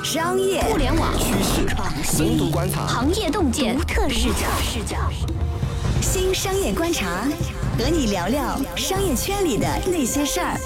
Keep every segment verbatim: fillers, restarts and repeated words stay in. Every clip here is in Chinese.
商业、 互联网、 趋势、深度观察、 行业洞见、 独特视角。新商业观察，和你聊聊商业圈里的那些事儿。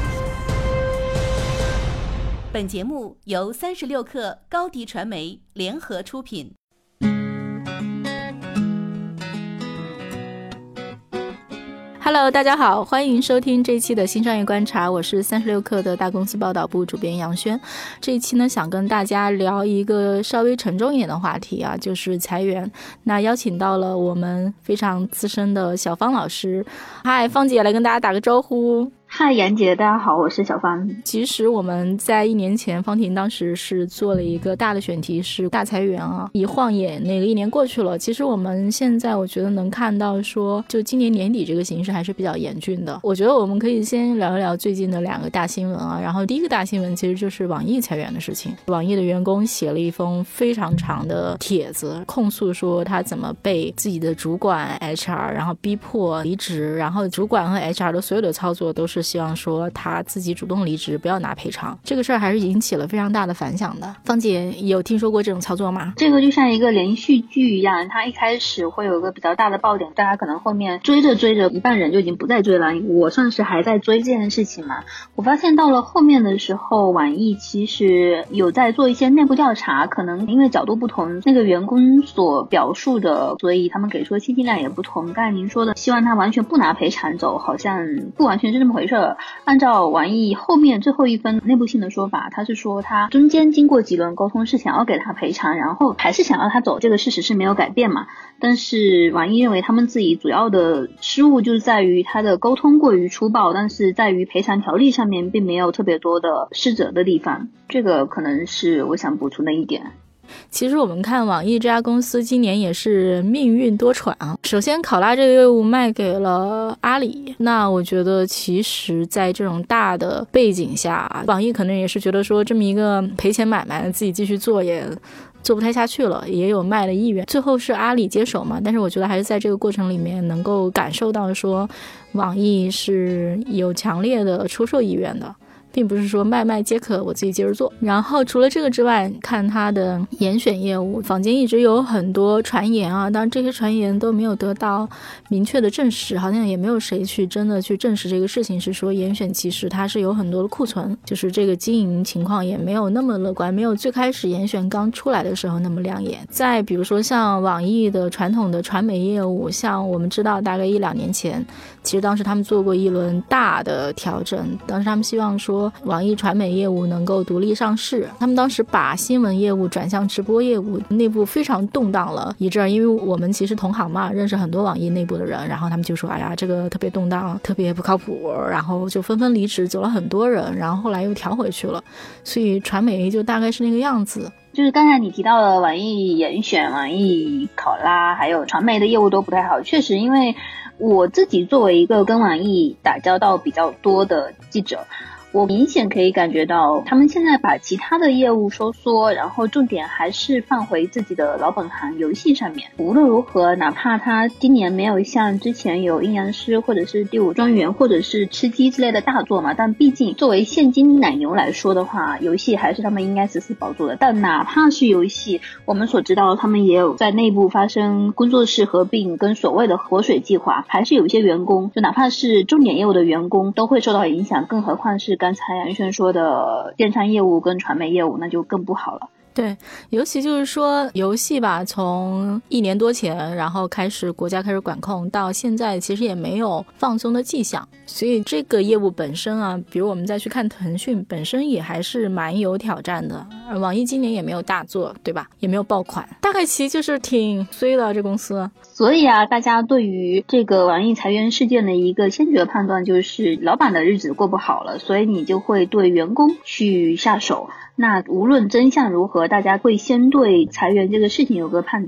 本节目由三十六氪高迪传媒联合出品。Hello， 大家好，欢迎收听这一期的新商业观察，我是三十六氪的大公司报道部主编杨轩。这一期呢，想跟大家聊一个稍微沉重一点的话题啊，就是裁员。那邀请到了我们非常资深的小方老师。嗨，方姐来跟大家打个招呼。 嗨，杨姐，大家好，我是小方。 其实我们在一年前，方婷当时是做了一个大的选题，是大裁员啊。一晃眼，那个一年过去了，其实我们现在我觉得能看到说，就今年年底这个形势还是比较严峻的。我觉得我们可以先聊一聊最近的两个大新闻啊。然后第一个大新闻其实就是网易裁员的事情。网易的员工写了一封非常长的帖子，控诉说他怎么被自己的主管 H R 然后逼迫离职，然后主管和 H R 的所有的操作都是希望说他自己主动离职，不要拿赔偿。这个事儿还是引起了非常大的反响的。方姐有听说过这种操作吗？ 这个就像一个连续剧一样，它一开始会有一个比较大的爆点，大家可能后面追着追着一半人就已经不再追了。我算是还在追这件事情嘛。我发现到了后面的时候，网易其实有在做一些内部调查，可能因为角度不同，那个员工所表述的，所以他们给出的信息量也不同。刚才您说的希望他完全不拿赔偿走，好像不完全是这么回事。按照网易后面最后一份内部信的说法，他是说他中间经过几轮沟通是想要给他赔偿，然后还是想要他走，这个事实是没有改变嘛。但是网易认为他们自己主要的失误就是在于他的沟通过于粗暴，但是在于赔偿条例上面并没有特别多的失责的地方，这个可能是我想补充的一点。 其实我们看网易这家公司今年也是命运多舛啊。首先考拉这个业务卖给了阿里，那我觉得其实在这种大的背景下，网易可能也是觉得说这么一个赔钱买卖自己继续做也做不太下去了，也有卖的意愿。最后是阿里接手嘛，但是我觉得还是在这个过程里面能够感受到说网易是有强烈的出售意愿的，并不是说卖卖皆可我自己接着做。然后除了这个之外，看它的严选业务，坊间一直有很多传言啊，当然这些传言都没有得到明确的证实，好像也没有谁去真的去证实这个事情，是说严选其实它是有很多的库存，就是这个经营情况也没有那么乐观，没有最开始严选刚出来的时候那么亮眼。再比如说像网易的传统的传媒业务，像我们知道大概一两年前，其实当时他们做过一轮大的调整，当时他们希望说网易传媒业务能够独立上市，他们当时把新闻业务转向直播业务，内部非常动荡了一阵，因为我们其实同行嘛，认识很多网易内部的人，然后他们就说哎呀这个特别动荡，特别不靠谱，然后就纷纷离职，走了很多人，然后后来又调回去了，所以传媒就大概是那个样子。 就是刚才你提到的网易严选、网易考拉还有传媒的业务都不太好，确实因为我自己作为一个跟网易打交道比较多的记者，我明显可以感觉到他们现在把其他的业务收缩，然后重点还是放回自己的老本行游戏上面。无论如何，哪怕他今年没有像之前有阴阳师或者是第五庄园或者是吃鸡之类的大作嘛，但毕竟作为现金奶牛来说的话，游戏还是他们应该死死保住的。但哪怕是游戏，我们所知道他们也有在内部发生工作室合并跟所谓的活水计划，还是有一些员工，就哪怕是重点业务的员工都会受到影响，更何况是刚才杨轩说的电商业务跟传媒业务，那就更不好了。 对，尤其就是说游戏吧，从一年多前然后开始国家开始管控到现在，其实也没有放松的迹象，所以这个业务本身啊，比如我们再去看腾讯本身也还是蛮有挑战的。网易今年也没有大作，对吧？也没有爆款，大概其就是挺衰的这公司。 所以啊，大家对于这个网易裁员事件的一个先决判断就是老板的日子过不好了，所以你就会对员工去下手。那无论真相如何，大家会先对裁员这个事情有个判定嘛。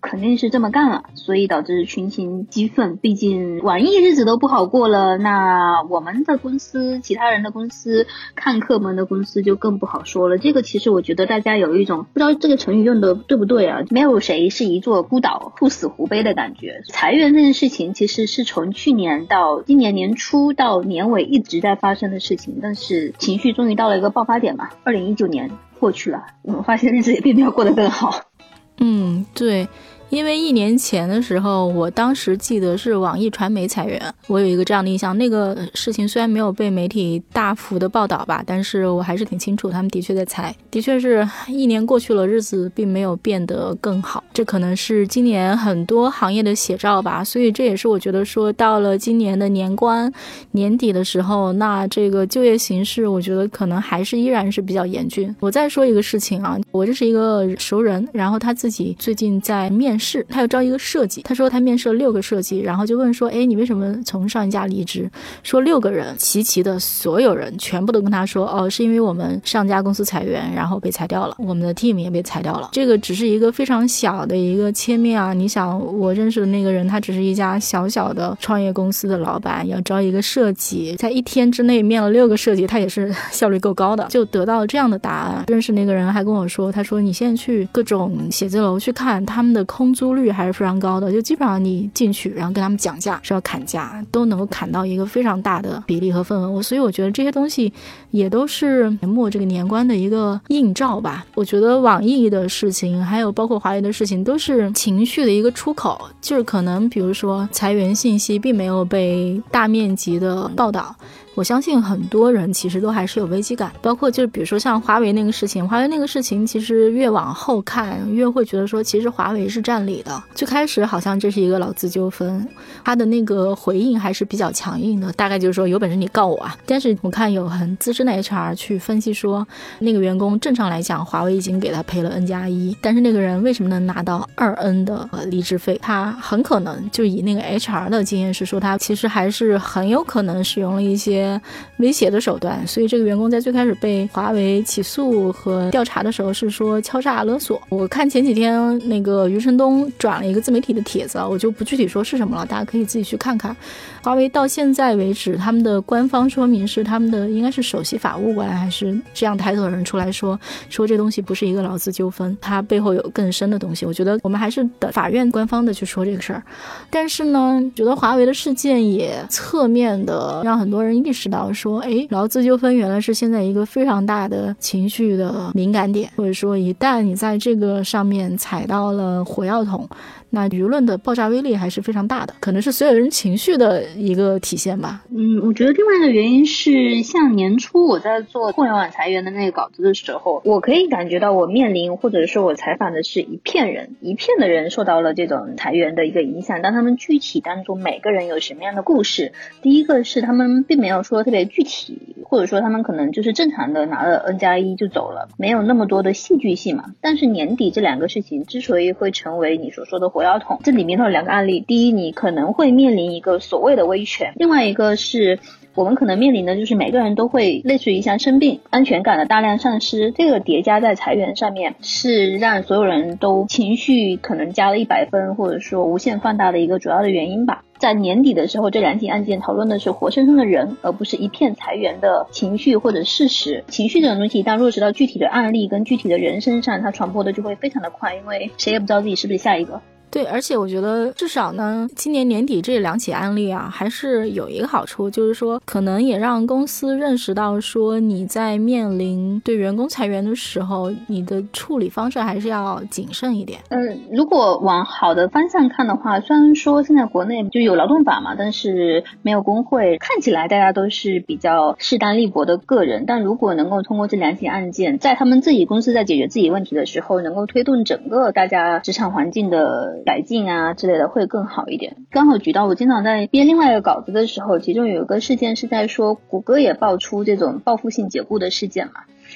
肯定是这么干了，所以导致群情激愤。毕竟网易日子都不好过了，那我们的公司、其他人的公司、看客们的公司就更不好说了。这个其实我觉得大家有一种不知道这个成语用的对不对啊，没有谁是一座孤岛，兔死狐悲的感觉。裁员这件事情其实是从去年到今年年初到年尾一直在发生的事情，但是情绪终于到了一个爆发点吧。二零一九年过去了，我们发现日子也并没有过得更好。 嗯，对。因为一年前的时候，我当时记得是网易传媒裁员，我有一个这样的印象。那个事情虽然没有被媒体大幅的报道吧，但是我还是挺清楚他们的确在裁。的确是一年过去了，日子并没有变得更好，这可能是今年很多行业的写照吧。所以这也是我觉得说到了今年的年关年底的时候，那这个就业形势我觉得可能还是依然是比较严峻。我再说一个事情啊，我这是一个熟人，然后他自己最近在面试，他有招一个设计，他说他面试了六个设计，然后就问说，哎，你为什么从上一家离职？说六个人齐齐的所有人全部都跟他说，哦，是因为我们上家公司裁员，然后被裁掉了，我们的 team 也被裁掉了。这个只是一个非常小的一个切面啊，你想我认识的那个人，他只是一家小小的创业公司的老板，要招一个设计，在一天之内面了六个设计，他也是效率够高的，就得到了这样的答案。认识那个人还跟我说，他说你现在去各种写字楼去看，他们的空租率还是非常高的，就基本上你进去然后跟他们讲价是要砍价，都能够砍到一个非常大的比例和份额。所以我觉得这些东西也都是年末这个年关的一个映照吧。我觉得网易的事情还有包括华为的事情都是情绪的一个出口，就是可能比如说裁员信息并没有被大面积的报道，我相信很多人其实都还是有危机感，包括就是比如说像华为那个事情，华为那个事情其实越往后看越会觉得说其实华为是占理的。最开始好像这是一个劳资纠纷，他的那个回应还是比较强硬的，大概就是说有本事你告我啊。但是我看有很资深的 H R 去分析说，那个员工正常来讲华为已经给他赔了 N 加一，但是那个人为什么能拿到二 N 的离职费？他很可能就以那个 H R 的经验是说，他其实还是很有可能使用了一些威胁的手段，所以这个员工在最开始被华为起诉和调查的时候是说敲诈勒索。我看前几天那个余承东转了一个自媒体的帖子，我就不具体说是什么了，大家可以自己去看看。华为到现在为止，他们的官方说明是他们的应该是首席法务官还是这样抬头的人出来说，说这东西不是一个劳资纠纷，它背后有更深的东西。我觉得我们还是等法院官方的去说这个事儿。但是呢，觉得华为的事件也侧面的让很多人意识到说，哎，劳资纠纷原来是现在一个非常大的情绪的敏感点，或者说一旦你在这个上面踩到了火药桶，那舆论的爆炸威力还是非常大的，可能是所有人情绪的一个体现吧。 嗯，我觉得另外一个原因是，像年初我在做互联网裁员的那个稿子的时候，我可以感觉到我面临或者说我采访的是一片人，一片的人受到了这种裁员的一个影响，但他们具体当中每个人有什么样的故事。第一个是他们并没有说特别具体，或者说他们可能就是正常的拿了 N 加一就走了，没有那么多的戏剧性嘛。但是年底这两个事情之所以会成为你所说的火药桶，这里面有两个案例，第一，你可能会面临一个所谓的威权，另外一个是我们可能面临的就是每个人都会类似于像生病，安全感的大量丧失，这个叠加在裁员上面是让所有人都情绪可能加了一百分，或者说无限放大的一个主要的原因吧。在年底的时候，这两起案件讨论的是活生生的人，而不是一片裁员的情绪或者事实。情绪这种东西一旦落实到具体的案例跟具体的人身上，它传播的就会非常的快，因为谁也不知道自己是不是下一个。 对，而且我觉得至少呢，今年年底这两起案例啊，还是有一个好处，就是说可能也让公司认识到说，你在面临对员工裁员的时候，你的处理方式还是要谨慎一点。 嗯，如果往好的方向看的话，虽然说现在国内就有劳动法嘛，但是没有工会，看起来大家都是比较势单力薄的个人，但如果能够通过这两起案件，在他们自己公司在解决自己问题的时候，能够推动整个大家职场环境的改进啊之类的会更好一点。刚好举到我经常在编另外一个稿子的时候，其中有一个事件是在说谷歌也爆出这种报复性解雇的事件嘛。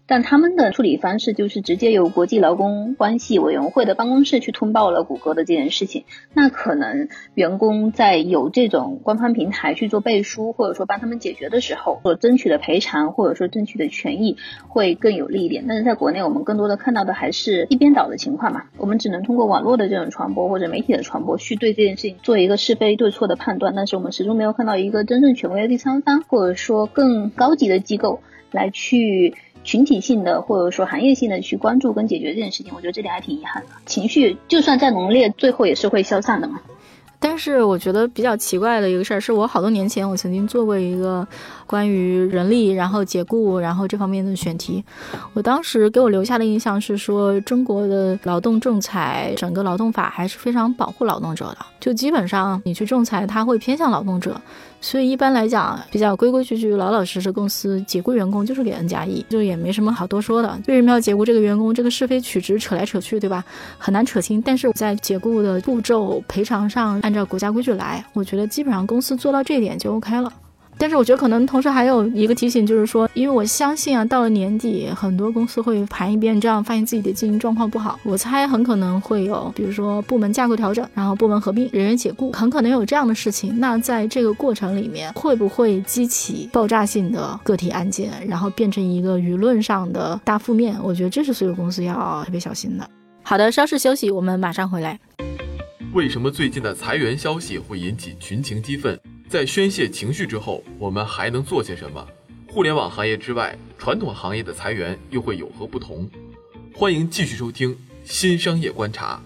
但他们的处理方式就是直接由国际劳工关系委员会的办公室去通报了谷歌的这件事情。那可能员工在有这种官方平台去做背书，或者说帮他们解决的时候，所争取的赔偿或者说争取的权益会更有利一点。但是在国内我们更多的看到的还是一边倒的情况嘛，我们只能通过网络的这种传播或者媒体的传播去对这件事情做一个是非对错的判断，但是我们始终没有看到一个真正权威的第三方或者说更高级的机构来去群体性的或者说行业性的去关注跟解决这件事情。我觉得这点还挺遗憾的，情绪就算再浓烈最后也是会消散的嘛。 但是我觉得比较奇怪的一个事儿，是我好多年前我曾经做过一个关于人力然后解雇然后这方面的选题，我当时给我留下的印象是说，中国的劳动仲裁整个劳动法还是非常保护劳动者的，就基本上你去仲裁它会偏向劳动者，所以一般来讲比较规规矩矩老老实实公司解雇员工就是给 N 加一，就也没什么好多说的。为什么要解雇这个员工，这个是非曲直扯来扯去对吧，很难扯清，但是在解雇的步骤赔偿上按照国家规矩来，我觉得基本上公司做到这一点就 OK 了。但是我觉得可能同时还有一个提醒，就是说因为我相信啊，到了年底很多公司会盘一遍，这样发现自己的经营状况不好，我猜很可能会有比如说部门架构调整，然后部门合并，人员解雇，很可能有这样的事情。那在这个过程里面会不会激起爆炸性的个体案件，然后变成一个舆论上的大负面，我觉得这是所有公司要特别小心的。好的，稍事休息，我们马上回来。 为什么最近的裁员消息会引起群情激愤？在宣泄情绪之后，我们还能做些什么？互联网行业之外，传统行业的裁员又会有何不同？欢迎继续收听新商业观察。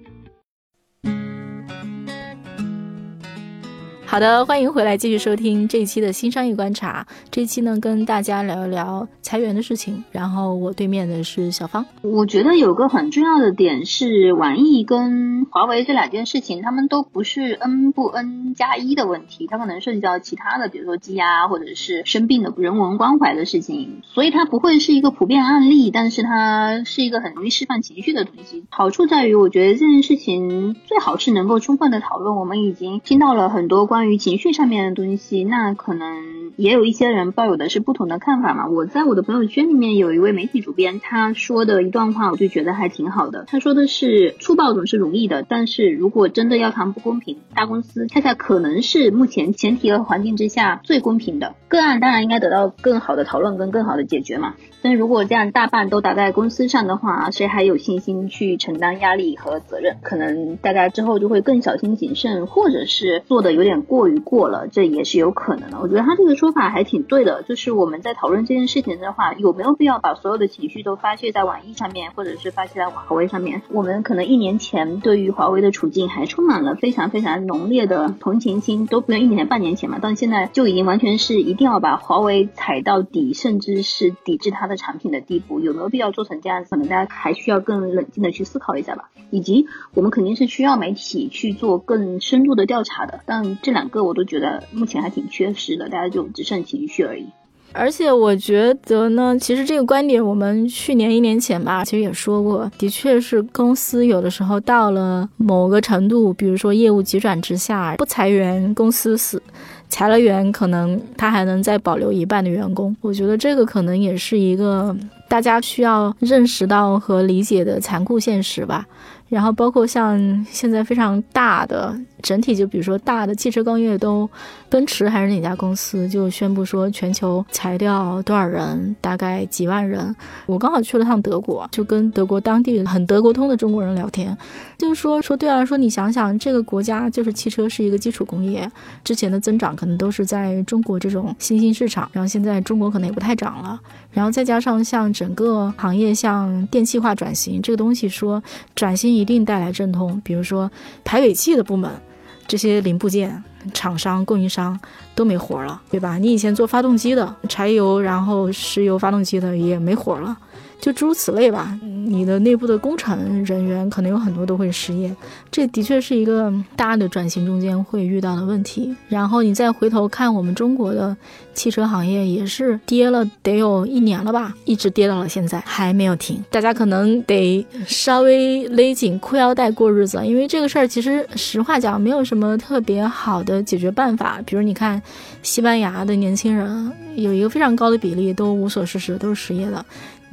好的，欢迎回来继续收听这一期的新商业观察。这一期呢，跟大家聊一聊裁员的事情，然后我对面的是小芳。 我觉得有个很重要的点是，网易跟华为这两件事情，他们都不是 N 不 N 加一的问题，它可能涉及到其他的，比如说积压或者是生病的人文关怀的事情，所以它不会是一个普遍案例，但是它是一个很容易释放情绪的东西。好处在于，我觉得这件事情最好是能够充分的讨论。我们已经听到了很多关于情绪上面的东西，那可能也有一些人抱有的是不同的看法嘛。我在我的朋友圈里面有一位媒体主编，他说的一段话我就觉得还挺好的。他说的是，粗暴总是容易的，但是如果真的要谈不公平，大公司恰恰可能是目前前提和环境之下最公平的。个案当然应该得到更好的讨论跟更好的解决嘛，但是如果这样大半都打在公司上的话，谁还有信心去承担压力和责任？可能大家之后就会更小心谨慎，或者是做的有点过于过了，这也是有可能的。我觉得他这个说法还挺对的，就是我们在讨论这件事情的话，有没有必要把所有的情绪都发泄在网易上面，或者是发泄在华为上面？我们可能一年前对于华为的处境还充满了非常非常浓烈的同情心，都不用一年半年前嘛，到现在就已经完全是一定要把华为踩到底，甚至是抵制它的产品的地步。有没有必要做成这样子？可能大家还需要更冷静的去思考一下吧。以及我们肯定是需要媒体去做更深度的调查的，但这两个我都觉得目前还挺缺失的，大家就只剩情绪而已。 而且我觉得呢，其实这个观点我们去年一年前吧，其实也说过，的确是公司有的时候到了某个程度，比如说业务急转直下，不裁员公司死，裁了员可能他还能再保留一半的员工。我觉得这个可能也是一个大家需要认识到和理解的残酷现实吧。然后包括像现在非常大的整体，就比如说大的汽车工业都，奔驰还是哪家公司就宣布说全球裁掉多少人，大概几万人。我刚好去了趟德国，就跟德国当地很德国通的中国人聊天，就是说说对啊，说你想想这个国家就是汽车是一个基础工业，之前的增长可能都是在中国这种新兴市场，然后现在中国可能也不太涨了，然后再加上像整个行业像电气化转型这个东西，说转型一定带来阵痛，比如说排尾气的部门，这些零部件厂商供应商都没活了，对吧？你以前做发动机的，柴油然后石油发动机的也没活了，就诸如此类吧。你的内部的工程人员可能有很多都会失业，这的确是一个大的转型中间会遇到的问题。然后你再回头看我们中国的汽车行业，也是跌了得有一年了吧，一直跌到了现在还没有停。大家可能得稍微勒紧裤腰带过日子，因为这个事儿其实实话讲没有什么特别好的解决办法。比如你看西班牙的年轻人有一个非常高的比例都无所事事，都是失业的。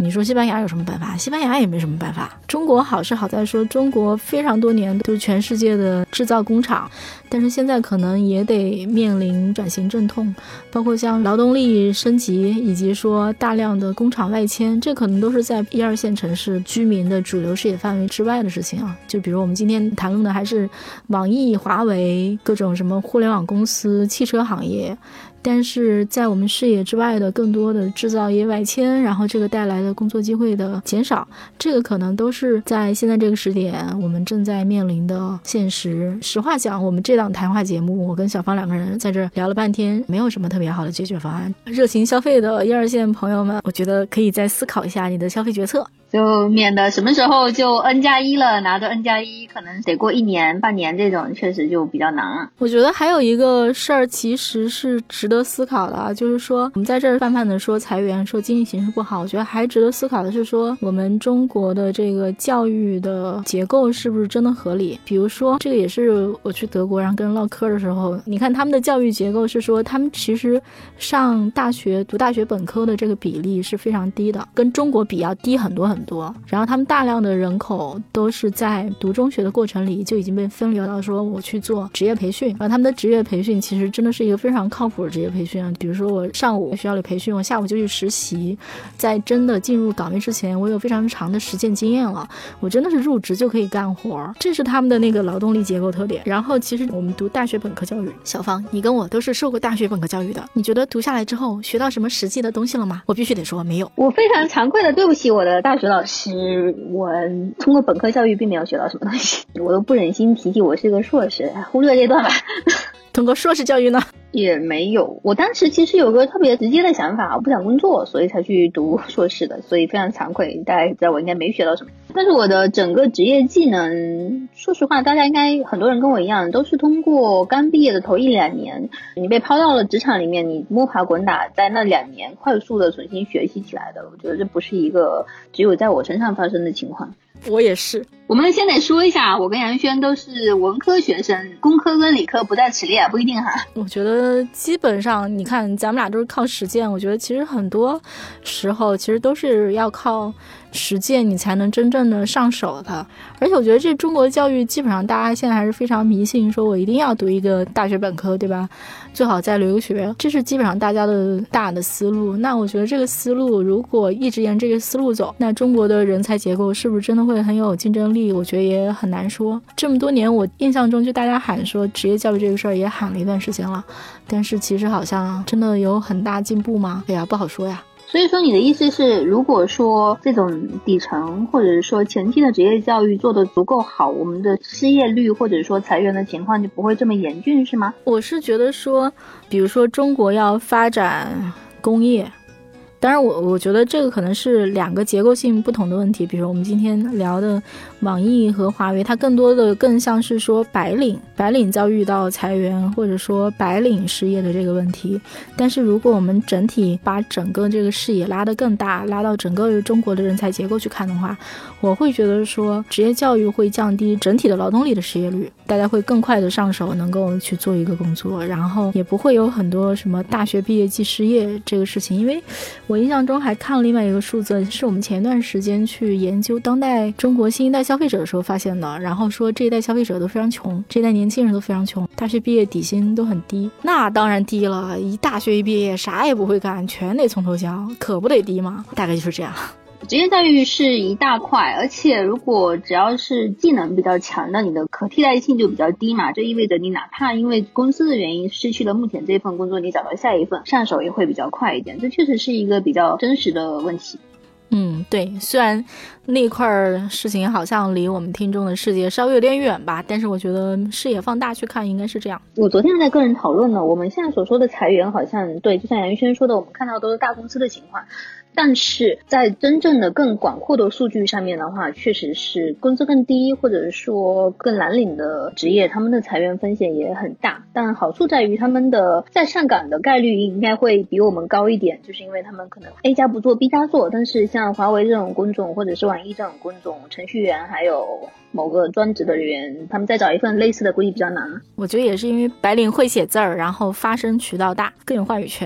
你说西班牙有什么办法？西班牙也没什么办法。中国好是好在说中国非常多年都是全世界的制造工厂，但是现在可能也得面临转型阵痛，包括像劳动力升级以及说大量的工厂外迁，这可能都是在一二线城市居民的主流视野范围之外的事情啊。就比如我们今天谈论的还是网易、华为各种什么互联网公司、汽车行业，但是在我们视野之外的更多的制造业外迁，然后这个带来的工作机会的减少，这个可能都是在现在这个时点我们正在面临的现实。实话讲，我们这档谈话节目，我跟小芳两个人在这聊了半天，没有什么特别好的解决方案。热情消费的一二线朋友们，我觉得可以再思考一下你的消费决策， 就免得什么时候就 N 加一了，拿着 N 加一可能得过一年半年，这种确实就比较难了。 我觉得还有一个事儿其实是值得思考的啊，就是说我们在这儿泛泛的说裁员，说经济形势不好，我觉得还值得思考的是说我们中国的这个教育的结构是不是真的合理。比如说这个也是我去德国然后跟人唠嗑的时候，你看他们的教育结构是说他们其实上大学读大学本科的这个比例是非常低的，跟中国比要低很多很多，然后他们大量的人口都是在读中学的过程里就已经被分流到说我去做职业培训，然后他们的职业培训其实真的是一个非常靠谱的职业培训啊。比如说我上午学校里培训，我下午就去实习，在真的进入岗位之前我有非常长的实践经验了，我真的是入职就可以干活，这是他们的那个劳动力结构特点。然后其实我们读大学本科教育，小芳你跟我都是受过大学本科教育的，你觉得读下来之后学到什么实际的东西了吗？我必须得说没有。 我非常惭愧的对不起我的大学老师，我通过本科教育并没有学到什么东西，我都不忍心提起我是个硕士，忽略这段吧。 通过硕士教育呢？ 也没有，我当时其实有个特别直接的想法，我不想工作，所以才去读硕士的，所以非常惭愧，大家知道我应该没学到什么。但是我的整个职业技能，说实话大家应该很多人跟我一样都是通过刚毕业的头一两年，你被抛到了职场里面，你摸爬滚打在那两年快速的重新学习起来的。我觉得这不是一个只有在我身上发生的情况。 我也是。 我们先得说一下，我跟杨轩都是文科学生，工科跟理科不在此列，不一定哈。 我觉得基本上你看咱们俩都是靠实践，我觉得其实很多时候其实都是要靠实践你才能真正的上手的。而且我觉得这中国教育基本上大家现在还是非常迷信，说我一定要读一个大学本科，对吧？最好再留学，这是基本上大家的大的思路。那我觉得这个思路如果一直沿这个思路走，那中国的人才结构是不是真的会很有竞争力，我觉得也很难说。这么多年我印象中就大家喊说职业教育这个事儿也喊了一段时间了，但是其实好像真的有很大进步吗？哎呀，不好说呀。 所以说你的意思是，如果说这种底层或者是说前期的职业教育做得足够好，我们的失业率或者说裁员的情况就不会这么严峻，是吗？ 我是觉得说，比如说中国要发展工业，当然我我觉得这个可能是两个结构性不同的问题。比如我们今天聊的网易和华为，它更多的更像是说白领白领遭遇到裁员或者说白领失业的这个问题。但是如果我们整体把整个这个视野拉得更大，拉到整个中国的人才结构去看的话，我会觉得说职业教育会降低整体的劳动力的失业率，大家会更快的上手能够去做一个工作，然后也不会有很多什么大学毕业即失业这个事情。因为我印象中还看了另外一个数字，是我们前一段时间去研究当代中国新一代消费者的时候发现的，然后说这一代消费者都非常穷，这一代年轻人都非常穷，大学毕业底薪都很低。那当然低了，一大学一毕业啥也不会干，全得从头教，可不得低吗？大概就是这样。 职业教育是一大块，而且如果只要是技能比较强的，你的可替代性就比较低嘛，这意味着你哪怕因为公司的原因失去了目前这份工作，你找到下一份上手也会比较快一点，这确实是一个比较真实的问题。 嗯，对，虽然那块事情好像离我们听众的世界稍微有点远吧，但是我觉得视野放大去看应该是这样。 我昨天在跟人讨论了，我们现在所说的裁员好像对，就像杨玉轩说的，我们看到都是大公司的情况，但是在真正的更广阔的数据上面的话，确实是工资更低或者说更蓝领的职业，他们的裁员风险也很大。但好处在于他们的在上岗的概率应该会比我们高一点，就是因为他们可能 A 加不做 B 加做，但是像华为这种工种或者是网易这种工种，程序员还有某个专职的人员，他们再找一份类似的估计比较难。 我觉得也是因为白领会写字儿，然后发声渠道大，更有话语权，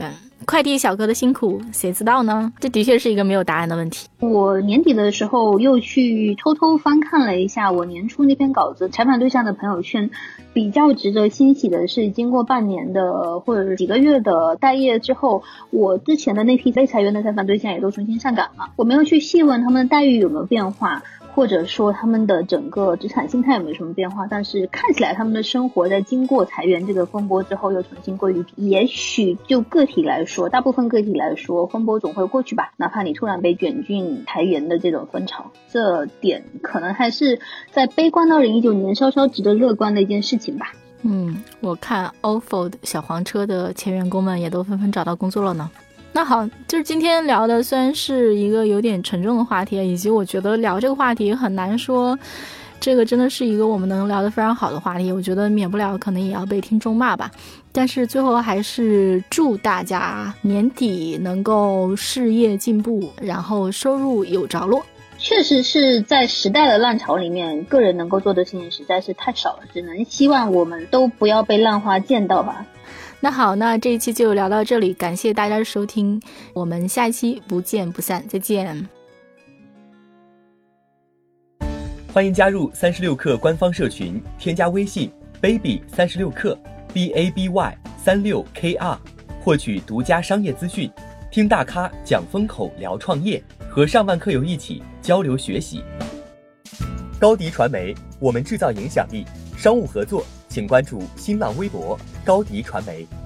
快递小哥的辛苦谁知道呢？这的确是一个没有答案的问题。 我年底的时候又去偷偷翻看了一下我年初那篇稿子采访对象的朋友圈，比较值得欣喜的是，经过半年的或者几个月的待业之后，我之前的那批被裁员的采访对象也都重新上岗了。我没有去细问他们的待遇有没有变化，或者说他们的整个职场心态有没有什么变化，但是看起来他们的生活在经过裁员这个风波之后又重新归于平。也许就个体来说，大部分个体来说，风波总会过去吧，哪怕你突然被卷进裁员的这种风潮，这点可能还是在悲观的二零一九年稍稍值得乐观的一件事情吧。 嗯，我看 O F O 小黄车的前员工们也都纷纷找到工作了呢。那好，就是今天聊的虽然是一个有点沉重的话题，以及我觉得聊这个话题很难说这个真的是一个我们能聊得非常好的话题，我觉得免不了可能也要被听众骂吧。但是最后还是祝大家年底能够事业进步，然后收入有着落。 确实是在时代的浪潮里面，个人能够做的事情实在是太少了，只能希望我们都不要被浪花溅到吧。 那好，那这一期就聊到这里，感谢大家的收听，我们下一期不见不散，再见。 欢迎加入三十六课官方社群，添加微信 baby 三十六课 b a b y 三六 k r， 获取独家商业资讯，听大咖讲风口，聊创业，和上万课友一起交流学习。高迪传媒，我们制造影响力。商务合作请关注新浪微博高迪传媒。